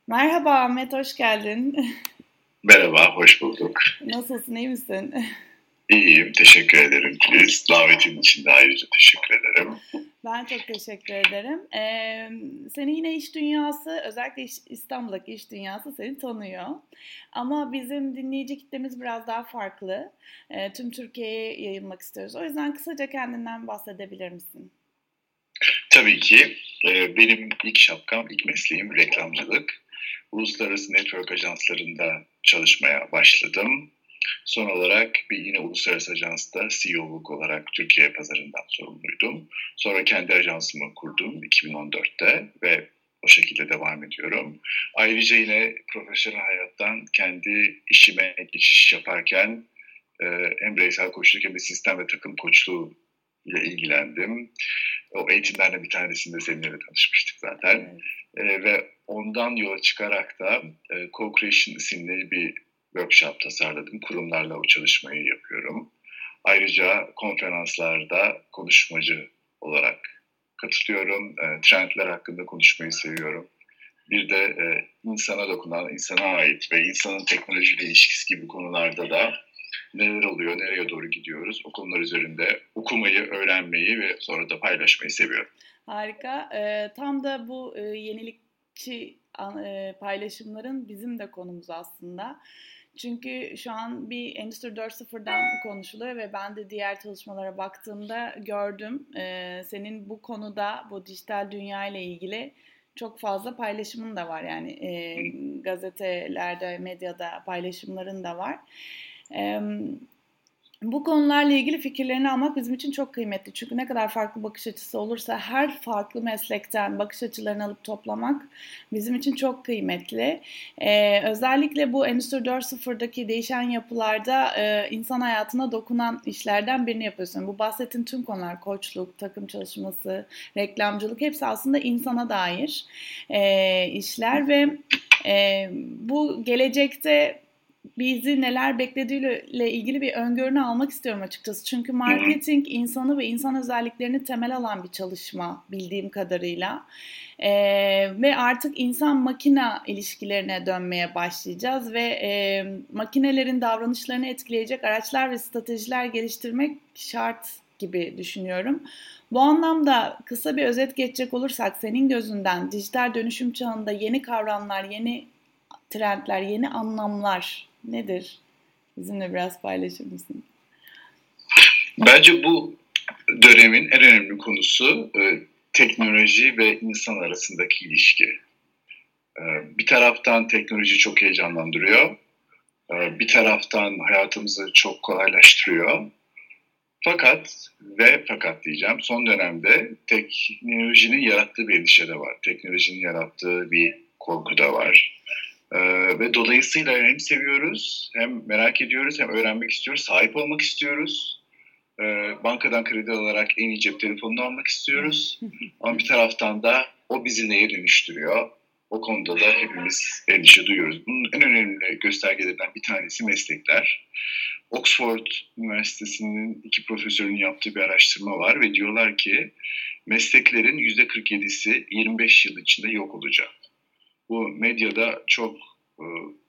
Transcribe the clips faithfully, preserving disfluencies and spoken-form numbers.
Merhaba Ahmet, hoş geldin. Merhaba, hoş bulduk. Nasılsın, iyi misin? İyiyim, teşekkür ederim Filiz. Davetin için de ayrıca teşekkür ederim. Ben çok teşekkür ederim. Ee, seni yine iş dünyası, özellikle iş, İstanbul'daki iş dünyası seni tanıyor. Ama bizim dinleyici kitlemiz biraz daha farklı. Ee, tüm Türkiye'ye yayılmak istiyoruz. O yüzden kısaca kendinden bahsedebilir misin? Tabii ki e, benim ilk şapkam, ilk mesleğim reklamcılık. Uluslararası network ajanslarında çalışmaya başladım. Son olarak bir yine uluslararası ajansta C E O'luk olarak Türkiye pazarından sorumluydum. Sonra kendi ajansımı kurdum iki bin on dörtte ve o şekilde devam ediyorum. Ayrıca yine profesyonel hayattan kendi işime geçiş yaparken e, hem bireysel koçluk hem de sistem ve takım koçluğu ile ilgilendim. O eğitimlerden bir tanesinde seninle tanışmıştık zaten. Evet. E, ve ondan yola çıkarak da e, Co-Creation isimli bir workshop tasarladım. Kurumlarla o çalışmayı yapıyorum. Ayrıca konferanslarda konuşmacı olarak katılıyorum. E, trendler hakkında konuşmayı seviyorum. Bir de e, insana dokunan, insana ait ve insanın teknolojiyle ilişkisi gibi konularda da neler oluyor, nereye doğru gidiyoruz o konular üzerinde okumayı, öğrenmeyi ve sonra da paylaşmayı seviyorum. Harika. Ee, tam da bu e, yenilikçi e, paylaşımların bizim de konumuz aslında. Çünkü şu an bir Endüstri dört nokta sıfırdan konuşuluyor ve ben de diğer çalışmalara baktığımda gördüm. Ee, senin bu konuda, bu dijital dünya ile ilgili çok fazla paylaşımın da var. Yani e, gazetelerde, medyada paylaşımların da var. Evet. Bu konularla ilgili fikirlerini almak bizim için çok kıymetli. Çünkü ne kadar farklı bakış açısı olursa her farklı meslekten bakış açılarını alıp toplamak bizim için çok kıymetli. Ee, özellikle bu Endüstri dört nokta sıfırdaki değişen yapılarda e, insan hayatına dokunan işlerden birini yapıyorsun. Bu bahsettiğin tüm konular, koçluk, takım çalışması, reklamcılık hepsi aslında insana dair e, işler ve e, bu gelecekte bizi neler beklediğiyle ilgili bir öngörünü almak istiyorum açıkçası. Çünkü marketing insanı ve insan özelliklerini temel alan bir çalışma bildiğim kadarıyla. Ee, ve artık insan-makina ilişkilerine dönmeye başlayacağız ve e, makinelerin davranışlarını etkileyecek araçlar ve stratejiler geliştirmek şart gibi düşünüyorum. Bu anlamda kısa bir özet geçecek olursak senin gözünden dijital dönüşüm çağında yeni kavramlar, yeni trendler, yeni anlamlar nedir? Bizimle biraz paylaşır mısın? Bence bu dönemin en önemli konusu e, teknoloji ve insan arasındaki ilişki. E, bir taraftan teknoloji çok heyecanlandırıyor. E, bir taraftan hayatımızı çok kolaylaştırıyor. Fakat ve fakat diyeceğim son dönemde teknolojinin yarattığı bir endişe de var. Teknolojinin yarattığı bir korku da var. Ee, ve dolayısıyla hem seviyoruz, hem merak ediyoruz, hem öğrenmek istiyoruz, sahip olmak istiyoruz. Ee, bankadan kredi alarak en iyi cep telefonunu almak istiyoruz. Ama bir taraftan da o bizi neye dönüştürüyor? O konuda da hepimiz endişe duyuyoruz. Bunun en önemli göstergelerinden bir tanesi meslekler. Oxford Üniversitesi'nin iki profesörünün yaptığı bir araştırma var ve diyorlar ki mesleklerin yüzde kırk yedisi yirmi beş yıl içinde yok olacak. Bu medyada çok e,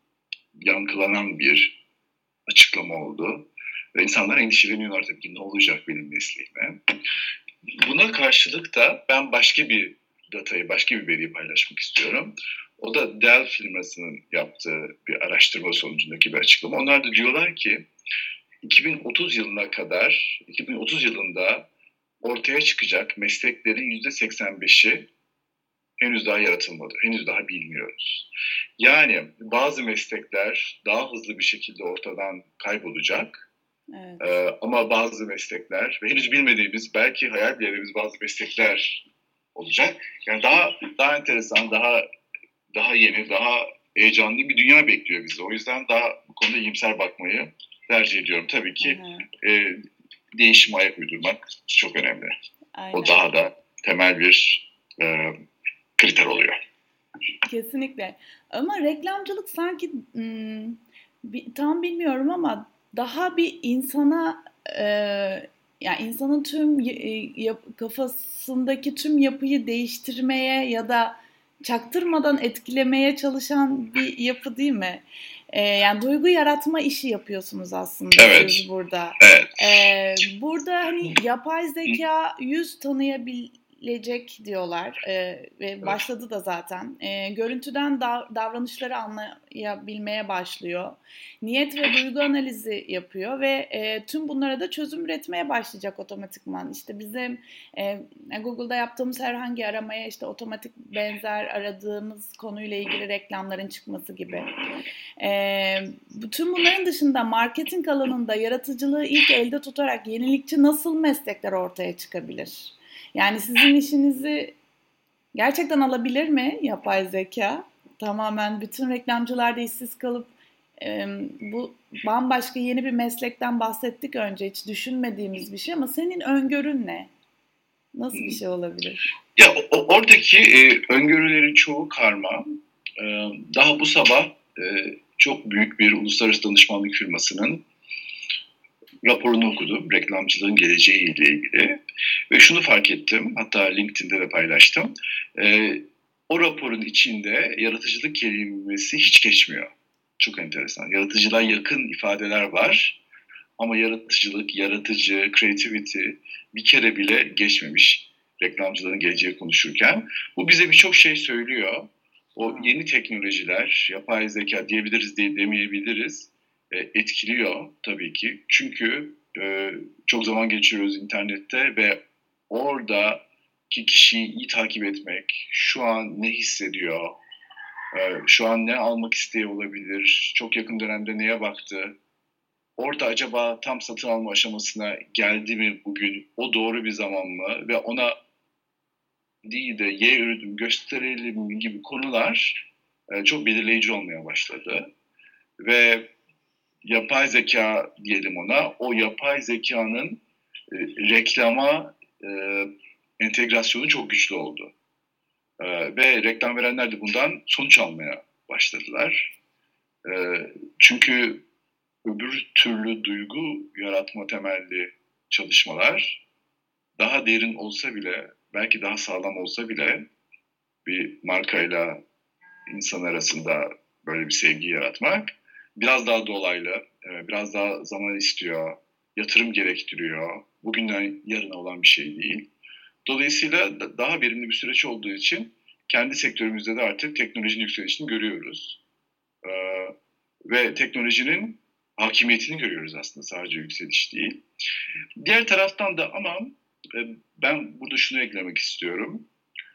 yankılanan bir açıklama oldu. Ve insanlar endişeleniyorlar tabii ki ne olacak benim mesleğime. Buna karşılık da ben başka bir datayı, başka bir veriyi paylaşmak istiyorum. O da Dell firmasının yaptığı bir araştırma sonucundaki bir açıklama. Onlar da diyorlar ki iki bin otuz yılına kadar, iki bin otuz yılında ortaya çıkacak mesleklerin yüzde seksen beşi henüz daha yaratılmadı, henüz daha bilmiyoruz. Yani bazı meslekler daha hızlı bir şekilde ortadan kaybolacak. Evet. Ee, ama bazı meslekler ve henüz bilmediğimiz, belki hayal bildiğimiz bazı meslekler olacak. Yani daha daha enteresan, daha daha yeni, daha heyecanlı bir dünya bekliyor bizi. O yüzden daha bu konuda iyimser bakmayı tercih ediyorum. Tabii ki e, değişime ayak uydurmak çok önemli. Aynen. O daha da temel bir e, kriter oluyor. Kesinlikle. Ama reklamcılık sanki hmm, bir, tam bilmiyorum ama daha bir insana e, yani insanın tüm yap, kafasındaki tüm yapıyı değiştirmeye ya da çaktırmadan etkilemeye çalışan bir yapı değil mi? Ee, yani duygu yaratma işi yapıyorsunuz aslında evet. siz burada. Evet. Ee, burada hani yapay zeka yüz tanıyabilecek diyorlar ee, ve başladı da zaten. Ee, görüntüden dav- davranışları anlayabilmeye başlıyor. Niyet ve duygu analizi yapıyor ve e, tüm bunlara da çözüm üretmeye başlayacak otomatikman. İşte bizim e, Google'da yaptığımız herhangi aramaya işte otomatik benzer aradığımız konuyla ilgili reklamların çıkması gibi. E, bütün bunların dışında marketing alanında yaratıcılığı ilk elde tutarak yenilikçi nasıl meslekler ortaya çıkabilir? Yani sizin işinizi gerçekten alabilir mi yapay zeka? Tamamen bütün reklamcılar da işsiz kalıp e, bu bambaşka yeni bir meslekten bahsettik önce, hiç düşünmediğimiz bir şey, ama senin öngörün ne? Nasıl bir şey olabilir? Ya o, oradaki e, öngörülerin çoğu karma. E, daha bu sabah e, çok büyük bir uluslararası danışmanlık firmasının raporunu okudum, reklamcılığın geleceği ile ilgili ve şunu fark ettim, hatta LinkedIn'de de paylaştım. E, o raporun içinde yaratıcılık kelimesi hiç geçmiyor. Çok enteresan. Yaratıcılığa yakın ifadeler var ama yaratıcılık, yaratıcı, creativity bir kere bile geçmemiş reklamcıların geleceği konuşurken. Bu bize birçok şey söylüyor. O yeni teknolojiler, yapay zeka diyebiliriz diye demeyebiliriz, etkiliyor tabii ki. Çünkü e, çok zaman geçiriyoruz internette ve oradaki kişiyi iyi takip etmek, şu an ne hissediyor, e, şu an ne almak isteği olabilir, çok yakın dönemde neye baktı, orada acaba tam satın alma aşamasına geldi mi bugün, o doğru bir zaman mı ve ona değil de Y ürünü gösterelim gibi konular e, çok belirleyici olmaya başladı. Ve yapay zeka diyelim ona, o yapay zekanın e, reklama e, entegrasyonu çok güçlü oldu. E, ve reklam verenler de bundan sonuç almaya başladılar. E, çünkü öbür türlü duygu yaratma temelli çalışmalar daha derin olsa bile, belki daha sağlam olsa bile bir markayla insan arasında böyle bir sevgi yaratmak biraz daha dolaylı, biraz daha zaman istiyor, yatırım gerektiriyor. Bugünden yarına olan bir şey değil. Dolayısıyla daha verimli bir süreç olduğu için kendi sektörümüzde de artık teknolojinin yükselişini görüyoruz. Ve teknolojinin hakimiyetini görüyoruz aslında, sadece yükseliş değil. Diğer taraftan da ama ben burada şunu eklemek istiyorum.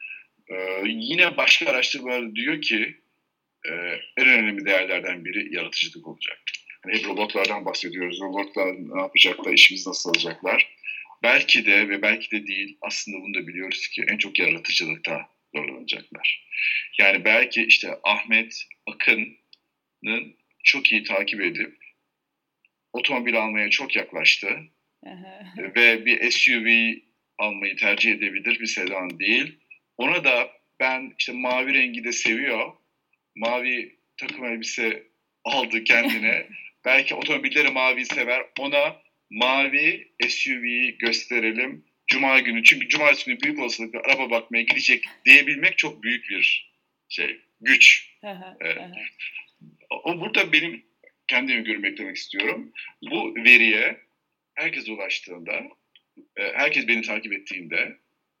Yine başka araştırmalar diyor ki en önemli değerlerden biri yaratıcılık olacak. Yani hep robotlardan bahsediyoruz. Robotlar ne yapacaklar, işimizi nasıl alacaklar? Belki de ve belki de değil, aslında bunu da biliyoruz ki en çok yaratıcılıkta zorlanacaklar. Yani belki işte Ahmet Akın'ın çok iyi takip edip otomobil almaya çok yaklaştı ve bir S U V almayı tercih edebilir, bir sedan değil. Ona da ben işte mavi rengi de seviyor, mavi takım elbise aldı kendine. Belki otomobilleri mavi sever. Ona mavi S U V'yi gösterelim Cuma günü. Çünkü Cumartesi günü büyük olasılıkla araba bakmaya gidecek diyebilmek çok büyük bir şey, güç. Evet. O burada benim kendimi görmek demek istiyorum. Bu veriye herkes ulaştığında, herkes beni takip ettiğinde,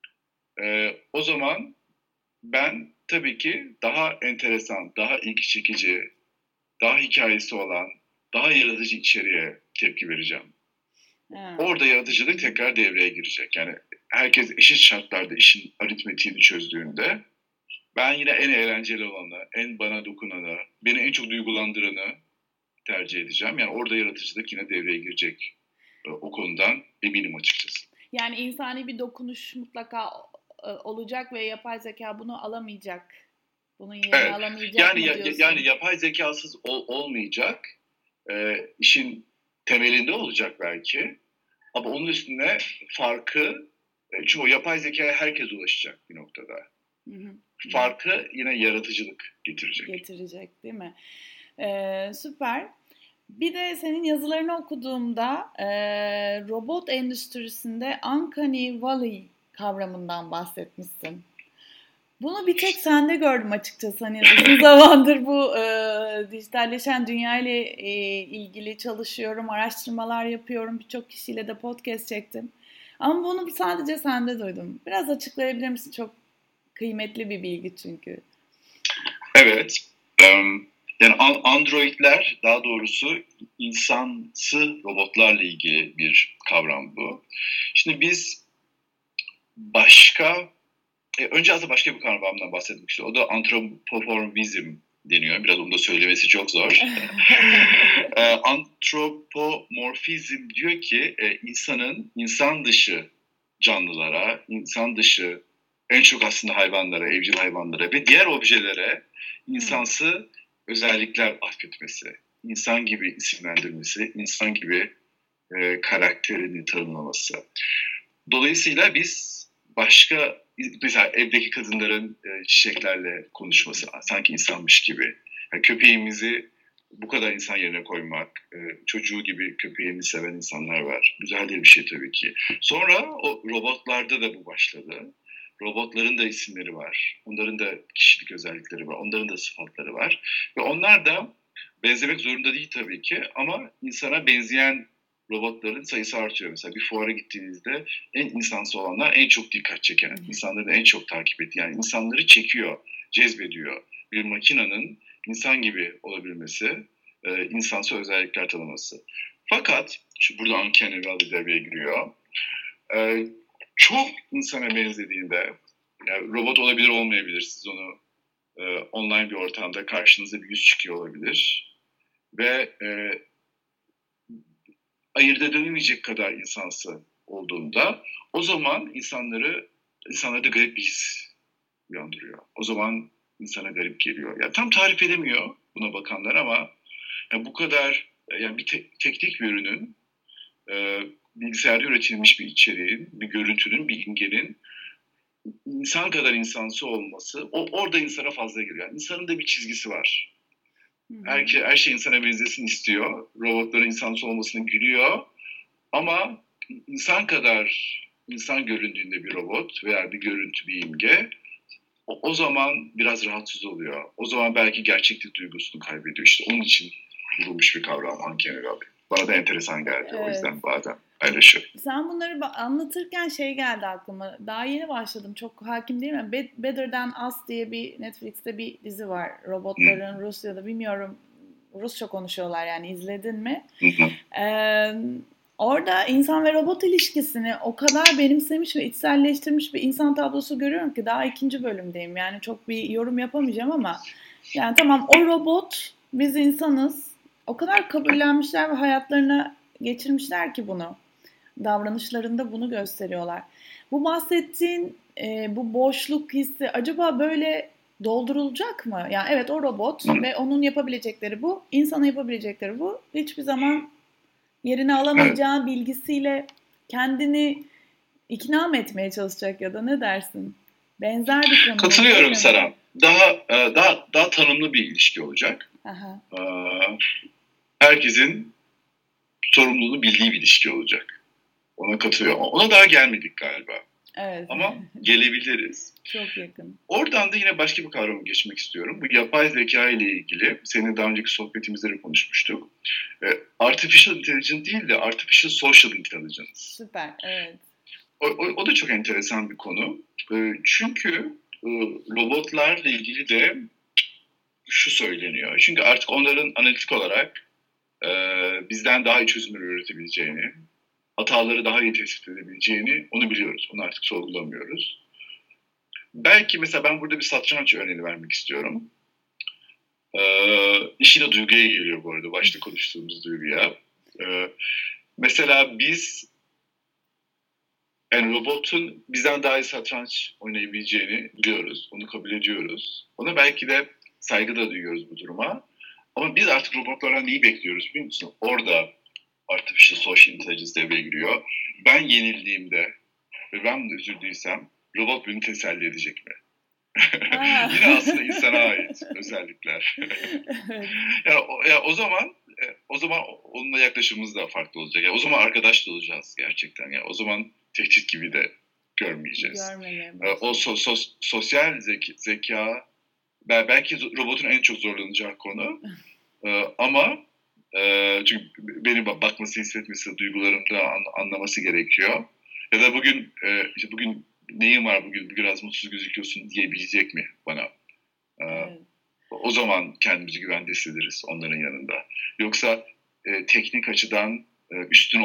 o zaman ben tabii ki daha enteresan, daha ilgi çekici, daha hikayesi olan, daha yaratıcı içeriğe tepki vereceğim. Hmm. Orada yaratıcılık tekrar devreye girecek. Yani herkes eşit şartlarda işin aritmetiğini çözdüğünde ben yine en eğlenceli olanı, en bana dokunanı, beni en çok duygulandıranı tercih edeceğim. Yani orada yaratıcılık yine devreye girecek. O konudan eminim açıkçası. Yani insani bir dokunuş mutlaka olacak ve yapay zeka bunu alamayacak. Bunun yerini evet. alamayacak yani, mı diyorsun? Yani yapay zekasız ol, olmayacak. Ee, işin temelinde olacak belki. Ama onun üstüne farkı, çünkü o yapay zekaya herkes ulaşacak bir noktada. Hı hı. Farkı yine yaratıcılık getirecek. Getirecek değil mi? Ee, süper. Bir de senin yazılarını okuduğumda e, robot endüstrisinde Uncanny Valley kavramından bahsetmişsin. Bunu bir tek sende gördüm açıkçası. Hani uzun zamandır bu e, dijitalleşen dünya ile e, ilgili çalışıyorum, araştırmalar yapıyorum. Birçok kişiyle de podcast çektim. Ama bunu sadece sende duydum. Biraz açıklayabilir misin? Çok kıymetli bir bilgi çünkü. Evet. Um, yani androidler, daha doğrusu insansı robotlarla ilgili bir kavram bu. Şimdi biz başka, e, önce aslında başka bir kavramdan bahsetmek istiyorum. O da antropomorfizm deniyor. Biraz onu da söylemesi çok zor. e, antropomorfizm diyor ki e, insanın insan dışı canlılara, insan dışı en çok aslında hayvanlara, evcil hayvanlara ve diğer objelere insansı özellikler atfetmesi, insan gibi isimlendirmesi, insan gibi e, karakterini tanımlaması. Dolayısıyla biz başka, mesela evdeki kadınların e, çiçeklerle konuşması sanki insanmış gibi. Yani köpeğimizi bu kadar insan yerine koymak, e, çocuğu gibi köpeğini seven insanlar var. Güzel bir şey tabii ki. Sonra o robotlarda da bu başladı. Robotların da isimleri var. Onların da kişilik özellikleri var. Onların da sıfatları var. Ve onlar da benzemek zorunda değil tabii ki, ama insana benzeyen robotların sayısı artıyor. Mesela bir fuara gittiğinizde en insansı olanlar en çok dikkat çeken, insanların en çok takip ettiği, yani insanları çekiyor, cezbediyor. Bir makinenin insan gibi olabilmesi, e, insansı özellikler tanıması. Fakat, şu burada uncanny valley devreye giriyor. E, çok insana benzediğinde, yani robot olabilir olmayabilir, siz onu e, online bir ortamda karşınıza bir yüz çıkıyor olabilir. Ve e, ayırt edilemeyecek kadar insansı olduğunda, o zaman insanları insanlarda garip bir his uyandırıyor. O zaman insana garip geliyor. Yani tam tarif edemiyor buna bakanlar, ama yani bu kadar, yani bir te- teknik bir ürünün, e, bilgisayarda üretilmiş bir içeriğin, bir görüntünün, bir imgenin insan kadar insansı olması, o orada insana fazla geliyor. Yani insanın da bir çizgisi var. Her, her şey insana benzesin istiyor. Robotların insansı olmasını gülüyor. Ama insan kadar insan göründüğünde bir robot veya bir görüntü, bir imge, o, o zaman biraz rahatsız oluyor. O zaman belki gerçeklik duygusunu kaybediyor. İşte onun için bulunmuş bir kavram uncanny valley. Bana da enteresan geldi, evet. O yüzden bazen paylaşıyorum. Sen bunları anlatırken şey geldi aklıma. Daha yeni başladım. Çok hakim değilim ama Better Than Us diye bir Netflix'te bir dizi var. Robotların hmm. Rusya'da, bilmiyorum, Rusça konuşuyorlar, yani izledin mi? Ee, orada insan ve robot ilişkisini o kadar benimsemiş ve içselleştirmiş bir insan tablosu görüyorum ki daha ikinci bölümdeyim. Yani çok bir yorum yapamayacağım ama yani tamam, o robot, biz insanız. O kadar kabullenmişler ve hayatlarına geçirmişler ki bunu. Davranışlarında bunu gösteriyorlar. Bu bahsettiğin e, bu boşluk hissi acaba böyle doldurulacak mı? Yani evet, o robot ve onun yapabilecekleri bu, insana yapabilecekleri bu. Hiçbir zaman yerini alamayacağı evet. bilgisiyle kendini ikna mı etmeye çalışacak, ya da ne dersin? Benzer bir konu. Katılıyorum sana. Daha daha daha tanımlı bir ilişki olacak. Aha. Herkesin sorumluluğunu bildiği bir ilişki olacak. Ona katılıyorum. Ona daha gelmedik galiba. Evet. Ama gelebiliriz. Çok yakın. Oradan da yine başka bir kavrama geçmek istiyorum. Bu yapay zeka ile ilgili seninle daha önceki sohbetimizde de konuşmuştuk. Artificial Intelligence değil de Artificial Social Intelligence. Süper, evet. O, o, o da çok enteresan bir konu. Çünkü robotlarla ilgili de şu söyleniyor. Çünkü artık onların analitik olarak bizden daha iyi çözümler üretebileceğini, hataları daha iyi tespit edebileceğini, onu biliyoruz. Onu artık sorgulamıyoruz. Belki mesela ben burada bir satranç örneği vermek istiyorum. Ee, işi de duyguya geliyor bu arada, başta konuştuğumuz duyguya. Ee, mesela biz, yani robotun bizden daha iyi satranç oynayabileceğini biliyoruz. Onu kabul ediyoruz. Ona belki de saygı da duyuyoruz bu duruma. Ama biz artık robotlardan neyi bekliyoruz biliyor musun? Orada Artificial Social Intelligence devreye giriyor. Ben yenildiğimde ve ben de üzüldüysem robot beni teselli edecek mi? Yine aslında insana ait özellikler. yani, o, yani o zaman o zaman onunla yaklaşımımız da farklı olacak. Yani o zaman arkadaş da olacağız gerçekten. Yani o zaman tehdit gibi de görmeyeceğiz. Görmemeye O so- so- sosyal zek- zeka belki robotun en çok zorlanacağı konu. Ama çünkü beni bakması, hissetmesi, duygularımda anlaması gerekiyor. Ya da bugün işte bugün neyin var bugün biraz mutsuz gözüküyorsun diyebilecek mi bana? Evet. O zaman kendimizi güvende hissederiz onların yanında. Yoksa e, teknik açıdan e, üstün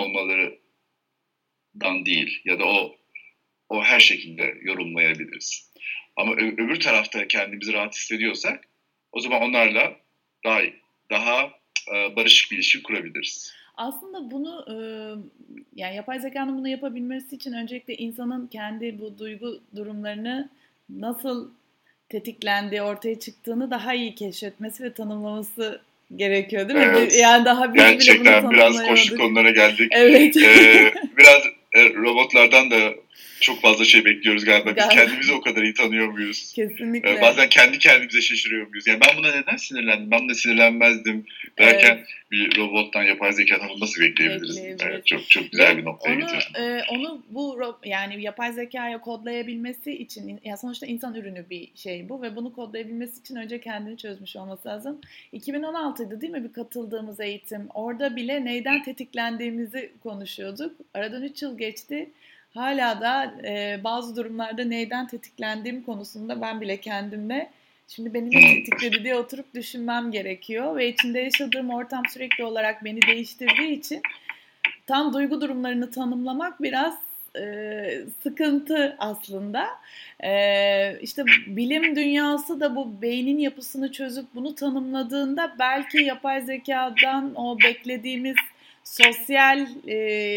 olmalarından değil ya da o o her şekilde yorumlayabiliriz. Ama ö- öbür tarafta kendimizi rahat hissediyorsak o zaman onlarla daha daha e, barışık bir ilişki kurabiliriz. Aslında bunu e, yani yapay zekanın bunu yapabilmesi için öncelikle insanın kendi bu duygu durumlarını nasıl tetiklendiği, ortaya çıktığını daha iyi keşfetmesi ve tanımlaması gerekiyor değil mi? Evet. Yani daha biz gerçekten bile bunu biraz koşu konulara geldik. Evet. Ee, biraz e, robotlardan da çok fazla şey bekliyoruz galiba. Biz galiba. Kendimizi o kadar iyi tanıyor muyuz? Kesinlikle. Ee, bazen kendi kendimize şaşırıyor muyuz? Yani ben buna neden sinirlendim? Ben de sinirlenmezdim derken evet. Bir robottan, yapay zekadan bunu nasıl bekleyebiliriz? Evet, çok çok güzel Ve bir noktaya onu, getirdin. E, onu bu yani yapay zekaya kodlayabilmesi için, ya sonuçta insan ürünü bir şey bu ve bunu kodlayabilmesi için önce kendini çözmüş olması lazım. iki bin on altıydı değil mi bir katıldığımız eğitim? Orada bile neyden tetiklendiğimizi konuşuyorduk. Aradan üç yıl geçti. Hala da e, bazı durumlarda neyden tetiklendiğim konusunda ben bile kendimle şimdi beni ne tetikledi diye oturup düşünmem gerekiyor ve içinde yaşadığım ortam sürekli olarak beni değiştirdiği için tam duygu durumlarını tanımlamak biraz e, sıkıntı aslında. E, işte bilim dünyası da bu beynin yapısını çözüp bunu tanımladığında belki yapay zekadan o beklediğimiz sosyal e,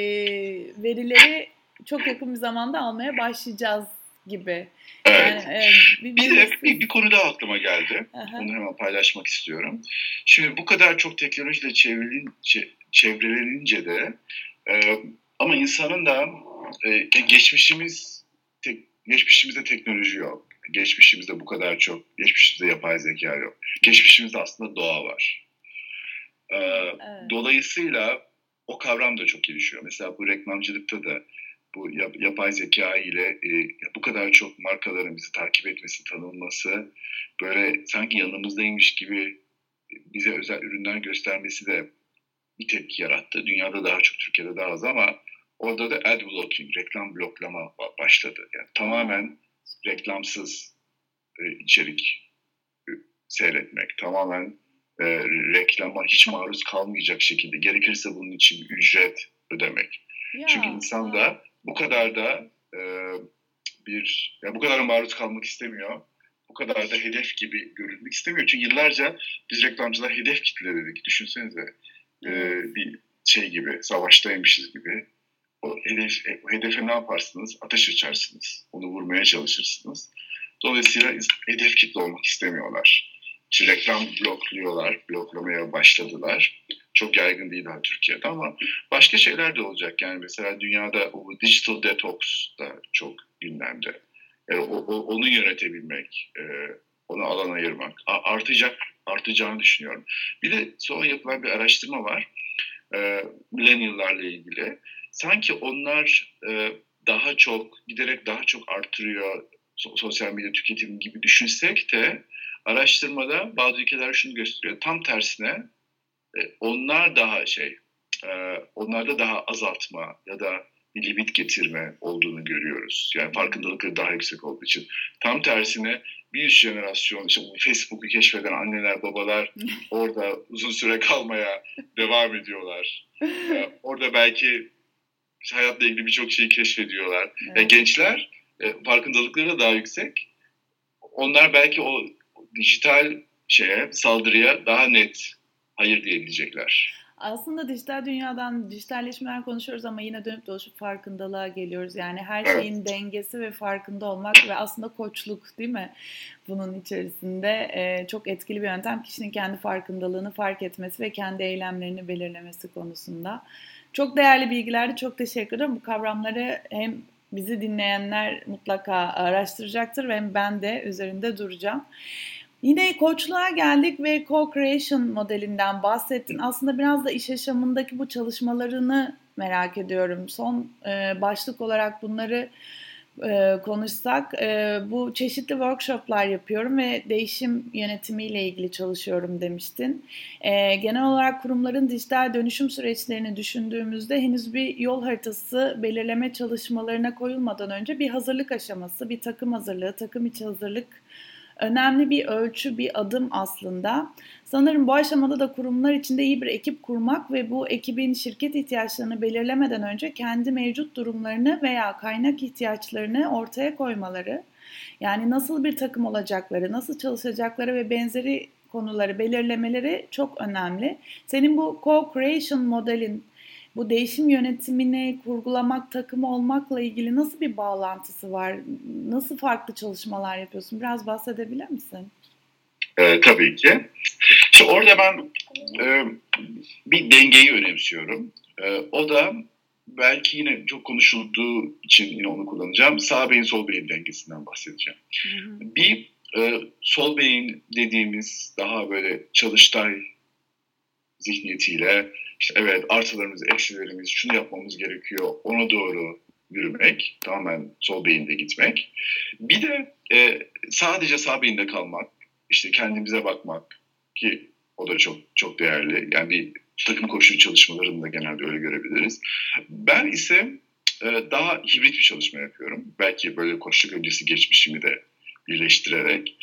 verileri çok yakın bir zamanda almaya başlayacağız gibi. Evet. Yani, e, bir, bir, de bir, bir konu daha aklıma geldi. Aha. Onu hemen paylaşmak istiyorum. Şimdi bu kadar çok teknolojiyle çevrilince, çevrelenince de e, ama insanın da e, geçmişimiz te, geçmişimizde teknoloji yok. Geçmişimizde bu kadar çok, geçmişimizde yapay zeka yok. Geçmişimizde aslında doğa var. E, evet. Dolayısıyla o kavram da çok gelişiyor. Mesela bu reklamcılıkta da bu yapay zeka ile e, bu kadar çok markaların bizi takip etmesi, tanınması, böyle sanki yanımızdaymış gibi bize özel ürünler göstermesi de bir tepki yarattı. Dünyada daha çok, Türkiye'de daha az ama orada da ad blocking, reklam bloklama başladı. Yani tamamen reklamsız e, içerik e, seyretmek, tamamen e, reklama hiç maruz kalmayacak şekilde, gerekirse bunun için bir ücret ödemek. Ya, Çünkü insan da ha. bu kadar da e, bir, yani bu kadar maruz kalmak istemiyor. Bu kadar da hedef gibi görünmek istemiyor. Çünkü yıllarca biz reklamcılar hedef kitle dedik. Düşünsenize e, bir şey gibi, savaştaymışız gibi. O hedef, o hedefe ne yaparsınız? Ateş açarsınız. Onu vurmaya çalışırsınız. Dolayısıyla hedef kitle olmak istemiyorlar. İşte reklam blokluyorlar, bloklamaya başladılar. Çok yaygın değil daha Türkiye'de ama başka şeyler de olacak. Yani mesela dünyada o digital detox da çok gündemde. Yani o, o, onu yönetebilmek, e, ona alan ayırmak artacak, artacağını düşünüyorum. Bir de son yapılan bir araştırma var. E, millennial'larla ilgili. Sanki onlar e, daha çok, giderek daha çok artırıyor sosyal medya tüketimi gibi düşünsek de araştırmada bazı ülkeler şunu gösteriyor. Tam tersine onlar daha şey, onlarda daha azaltma ya da bir limit getirme olduğunu görüyoruz. Yani farkındalıkları daha yüksek olduğu için. Tam tersine bir jenerasyon, işte Facebook'u keşfeden anneler, babalar orada uzun süre kalmaya devam ediyorlar. Orada belki hayatla ilgili birçok şeyi keşfediyorlar. Evet. Yani gençler farkındalıkları da daha yüksek. Onlar belki o dijital şeye, saldırıya daha net hayır diyebilecekler. Aslında dijital dünyadan, dijitalleşmeden konuşuyoruz ama yine dönüp dolaşıp farkındalığa geliyoruz. Yani her evet. şeyin dengesi ve farkında olmak ve aslında koçluk değil mi? Bunun içerisinde e, çok etkili bir yöntem. Kişinin kendi farkındalığını fark etmesi ve kendi eylemlerini belirlemesi konusunda. Çok değerli bilgilerdi. Çok teşekkür ederim. Bu kavramları hem bizi dinleyenler mutlaka araştıracaktır ve hem ben de üzerinde duracağım. Yine koçluğa geldik ve co-creation modelinden bahsettin. Aslında biraz da iş yaşamındaki bu çalışmalarını merak ediyorum. Son e, başlık olarak bunları e, konuşsak, e, bu çeşitli workshoplar yapıyorum ve değişim yönetimiyle ilgili çalışıyorum demiştin. E, genel olarak kurumların dijital dönüşüm süreçlerini düşündüğümüzde henüz bir yol haritası belirleme çalışmalarına koyulmadan önce bir hazırlık aşaması, bir takım hazırlığı, takım içi hazırlık önemli bir ölçü, bir adım aslında. Sanırım bu aşamada da kurumlar içinde iyi bir ekip kurmak ve bu ekibin şirket ihtiyaçlarını belirlemeden önce kendi mevcut durumlarını veya kaynak ihtiyaçlarını ortaya koymaları, yani nasıl bir takım olacakları, nasıl çalışacakları ve benzeri konuları belirlemeleri çok önemli. Senin bu co-creation modelin, bu değişim yönetimini kurgulamak, takımı olmakla ilgili nasıl bir bağlantısı var? Nasıl farklı çalışmalar yapıyorsun? Biraz bahsedebilir misin? Ee, tabii ki. Şimdi orada ben e, bir dengeyi önemsiyorum. E, o da belki yine çok konuşulduğu için yine onu kullanacağım. Sağ beyin sol beyin dengesinden bahsedeceğim. Hı hı. Bir e, sol beyin dediğimiz daha böyle çalıştay zihniyetiyle işte evet artılarımız, eksilerimiz, şunu yapmamız gerekiyor, ona doğru yürümek, tamamen sol beyinde gitmek. Bir de e, sadece sağ beyinde kalmak, işte kendimize bakmak ki o da çok çok değerli. Yani bir takım koşu çalışmalarını da genelde öyle görebiliriz. Ben ise e, daha hibrit bir çalışma yapıyorum. Belki böyle koşuluk öncesi geçmişimi de birleştirerek.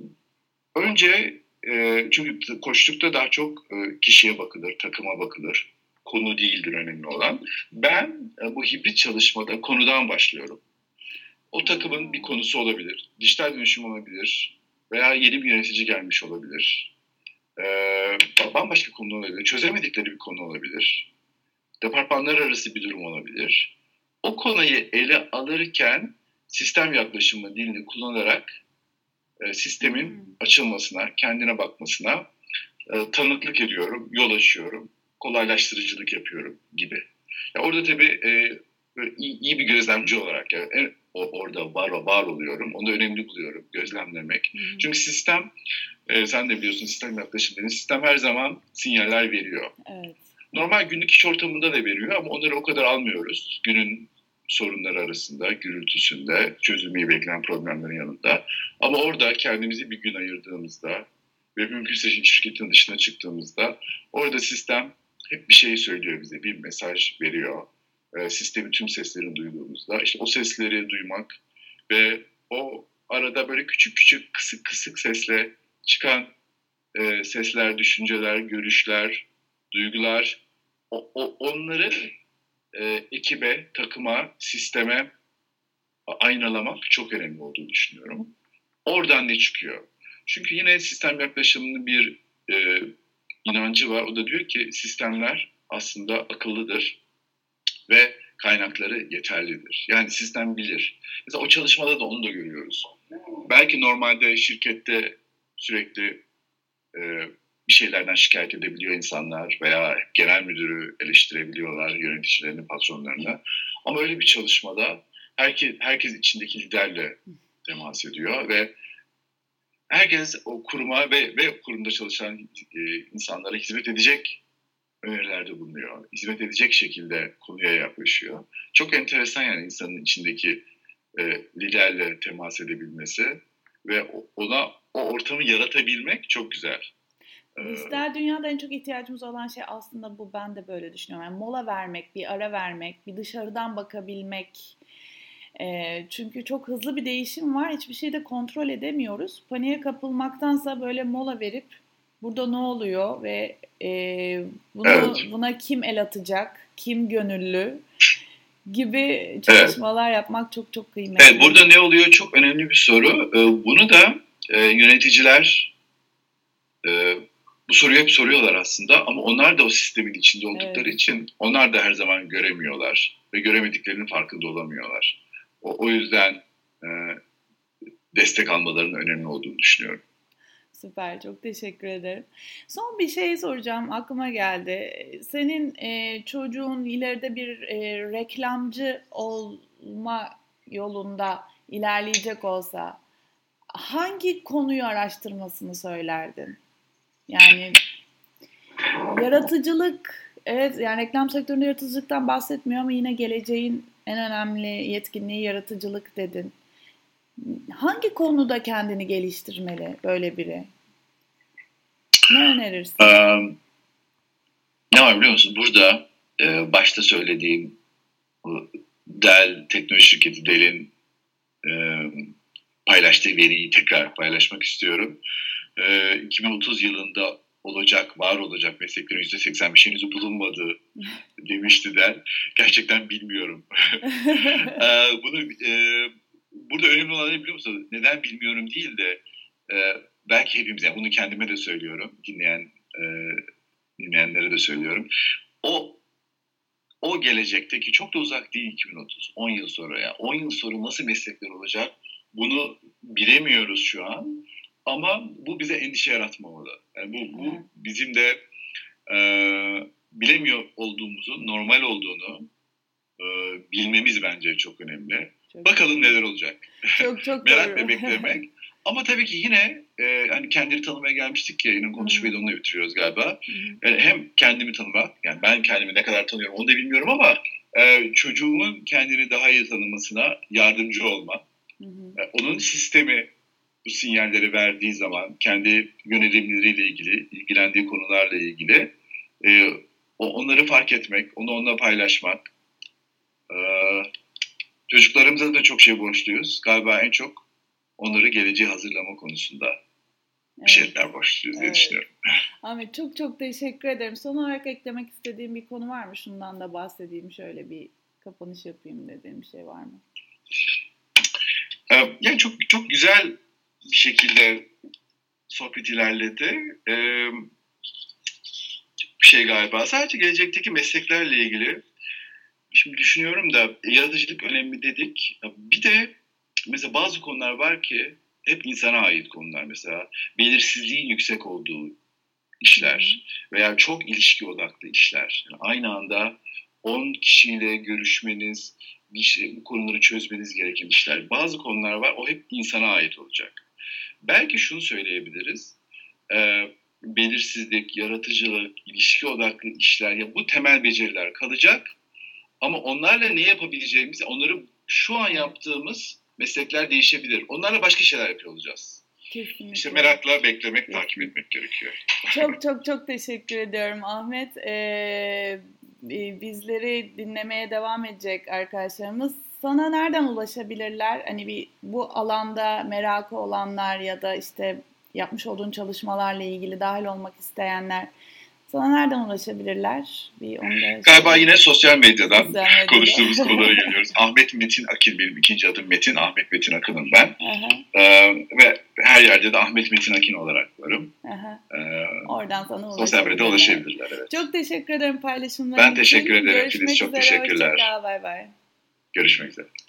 Önce e, çünkü koştukta daha çok e, kişiye bakılır, takıma bakılır. Konu değildir önemli olan. Ben e, bu hibrit çalışmada konudan başlıyorum. O takımın bir konusu olabilir, dijital dönüşüm olabilir veya yeni bir yönetici gelmiş olabilir. E, bambaşka konu olabilir, çözemedikleri bir konu olabilir. Departmanlar arası bir durum olabilir. O konuyu ele alırken sistem yaklaşımı dilini kullanarak sistemin hmm. açılmasına, kendine bakmasına e, tanıklık ediyorum, yol açıyorum, kolaylaştırıcılık yapıyorum gibi. Yani orada tabii e, iyi, iyi bir gözlemci olarak yani en, o, orada var var oluyorum. Onu önemli buluyorum, gözlemlemek. Hmm. Çünkü sistem, e, sen de biliyorsun sistem yaklaşımları, sistem her zaman sinyaller veriyor. Evet. Normal günlük iş ortamında da veriyor ama onları o kadar almıyoruz. Günün sorunları arasında, gürültüsünde, çözülmeyi bekleyen problemlerin yanında. Ama orada kendimizi bir gün ayırdığımızda ve mümkünse şirketin dışına çıktığımızda orada sistem hep bir şey söylüyor bize, bir mesaj veriyor. E, sistemin tüm seslerini duyduğumuzda işte o sesleri duymak ve o arada böyle küçük küçük kısık kısık sesle çıkan e, sesler, düşünceler, görüşler, duygular, o, o, onları e, ekibe, takıma, sisteme aynalamak çok önemli olduğunu düşünüyorum. Oradan ne çıkıyor? Çünkü yine sistem yaklaşımının bir e, inancı var. O da diyor ki sistemler aslında akıllıdır ve kaynakları yeterlidir. Yani sistem bilir. Mesela o çalışmada da onu da görüyoruz. Belki normalde şirkette sürekli e, bir şeylerden şikayet edebiliyor insanlar veya genel müdürü eleştirebiliyorlar, yöneticilerini, patronlarını. Ama öyle bir çalışmada herkes, herkes içindeki liderle temas ediyor ve herkes o kuruma ve, ve kurumda çalışan e, insanlara hizmet edecek önerilerde bulunuyor. Hizmet edecek şekilde konuya yaklaşıyor. Çok enteresan yani insanın içindeki e, liderle temas edebilmesi ve ona o ortamı yaratabilmek çok güzel. Dijital dünyada en çok ihtiyacımız olan şey aslında bu. Ben de böyle düşünüyorum. Yani mola vermek, bir ara vermek, bir dışarıdan bakabilmek. E, çünkü çok hızlı bir değişim var. Hiçbir şeyi de kontrol edemiyoruz. Paniğe kapılmaktansa böyle mola verip burada ne oluyor ve e, bunu evet. buna kim el atacak, kim gönüllü gibi çalışmalar evet. yapmak çok çok kıymetli. Evet, burada ne oluyor çok önemli bir soru. Bunu da e, yöneticiler e, bu soruyu hep soruyorlar aslında ama onlar da o sistemin içinde oldukları evet. için onlar da her zaman göremiyorlar ve göremediklerinin farkında olamıyorlar. O, o yüzden e, destek almalarının önemli olduğunu düşünüyorum. Süper, çok teşekkür ederim. Son bir şey soracağım, aklıma geldi. Senin e, çocuğun ileride bir e, reklamcı olma yolunda ilerleyecek olsa hangi konuyu araştırmasını söylerdin? Yani yaratıcılık, evet yani reklam sektöründe yaratıcılıktan bahsetmiyor ama yine geleceğin En önemli yetkinliği yaratıcılık dedin. Hangi konuda kendini geliştirmeli böyle biri? Ne önerirsin? Ee, ne var biliyor musun? Burada e, başta söylediğim bu Dell, teknoloji şirketi Dell'in e, paylaştığı veriyi tekrar paylaşmak istiyorum. E, iki bin otuz yılında olacak, var olacak mesleklerin yüzde seksen beş henüz bulunmadığı demişti Dell. Gerçekten bilmiyorum. e, bunu e, burada önemli olan ne biliyor musun? Neden bilmiyorum değil de e, belki hepimiz, yani bunu kendime de söylüyorum, dinleyen e, dinleyenlere de söylüyorum. O o gelecekteki çok da uzak değil iki bin otuz, on yıl sonra ya. on yıl sonra nasıl meslekler olacak? Bunu bilemiyoruz şu an. Ama bu bize endişe yaratmamalı. Yani bu, bu bizim de e, bilemiyor olduğumuzu, normal olduğunu e, bilmemiz bence çok önemli. Çok Bakalım neler olacak. Çok çok Merak ve beklemek. Ama tabii ki yine e, hani kendini tanımaya gelmiştik ya, yine konuşmayı da onunla bitiriyoruz galiba. Yani hem kendimi tanımak, yani ben kendimi ne kadar tanıyorum onu da bilmiyorum ama e, çocuğumun kendini daha iyi tanımasına yardımcı olmak. E, onun sistemi bu sinyalleri verdiği zaman kendi yönelimleriyle ilgili, ilgilendiği konularla ilgili e, onları fark etmek, onu onunla paylaşmak. E, çocuklarımıza da çok şey borçluyuz. Galiba en çok onları geleceğe hazırlama konusunda evet. bir şeyler borçluyuz diye evet. düşünüyorum. Ahmet, çok çok teşekkür ederim. Son olarak eklemek istediğim bir konu var mı? Şundan da bahsedeyim, şöyle bir kapanış yapayım dediğim bir şey var mı? Yani çok çok güzel bir şekilde sohbet ilerledi. Ee, bir şey galiba. Sadece gelecekteki mesleklerle ilgili. Şimdi düşünüyorum da yaratıcılık önemli dedik. Bir de mesela bazı konular var ki hep insana ait konular. Mesela belirsizliğin yüksek olduğu işler veya çok ilişki odaklı işler. Yani aynı anda on kişiyle görüşmeniz, bir şey, bu konuları çözmeniz gereken işler. Bazı konular var, o hep insana ait olacak. Belki şunu söyleyebiliriz. E, belirsizlik, yaratıcılık, ilişki odaklı işler, ya bu temel beceriler kalacak. Ama onlarla ne yapabileceğimiz, onları şu an yaptığımız meslekler değişebilir. Onlarla başka şeyler yapıyor olacağız. Kesinlikle. İşte merakla beklemek, evet. takip etmek gerekiyor. Çok çok çok teşekkür ediyorum Ahmet. Ee, bizleri dinlemeye devam edecek arkadaşlarımız. Sana nereden ulaşabilirler? Hani bir bu alanda merakı olanlar ya da işte yapmış olduğun çalışmalarla ilgili dahil olmak isteyenler sana nereden ulaşabilirler? Bir onu da Galiba yine sosyal medyadan, sosyal medyada konuştuğumuz konulara geliyoruz. Ahmet Metin Akil benim ikinci adım Metin. Ahmet Metin Akın'ım ben. Ee, ve her yerde de Ahmet Metin Akin olarak varım. Ee, Oradan sana ulaşabilirler. Sosyal medyada ulaşabilirler. Evet. Çok teşekkür ederim paylaşımların için. Ben teşekkür ederim. Görüşmek Filiz, çok üzere, teşekkürler. Hoşça kal. Bay bay. Görüşmek üzere.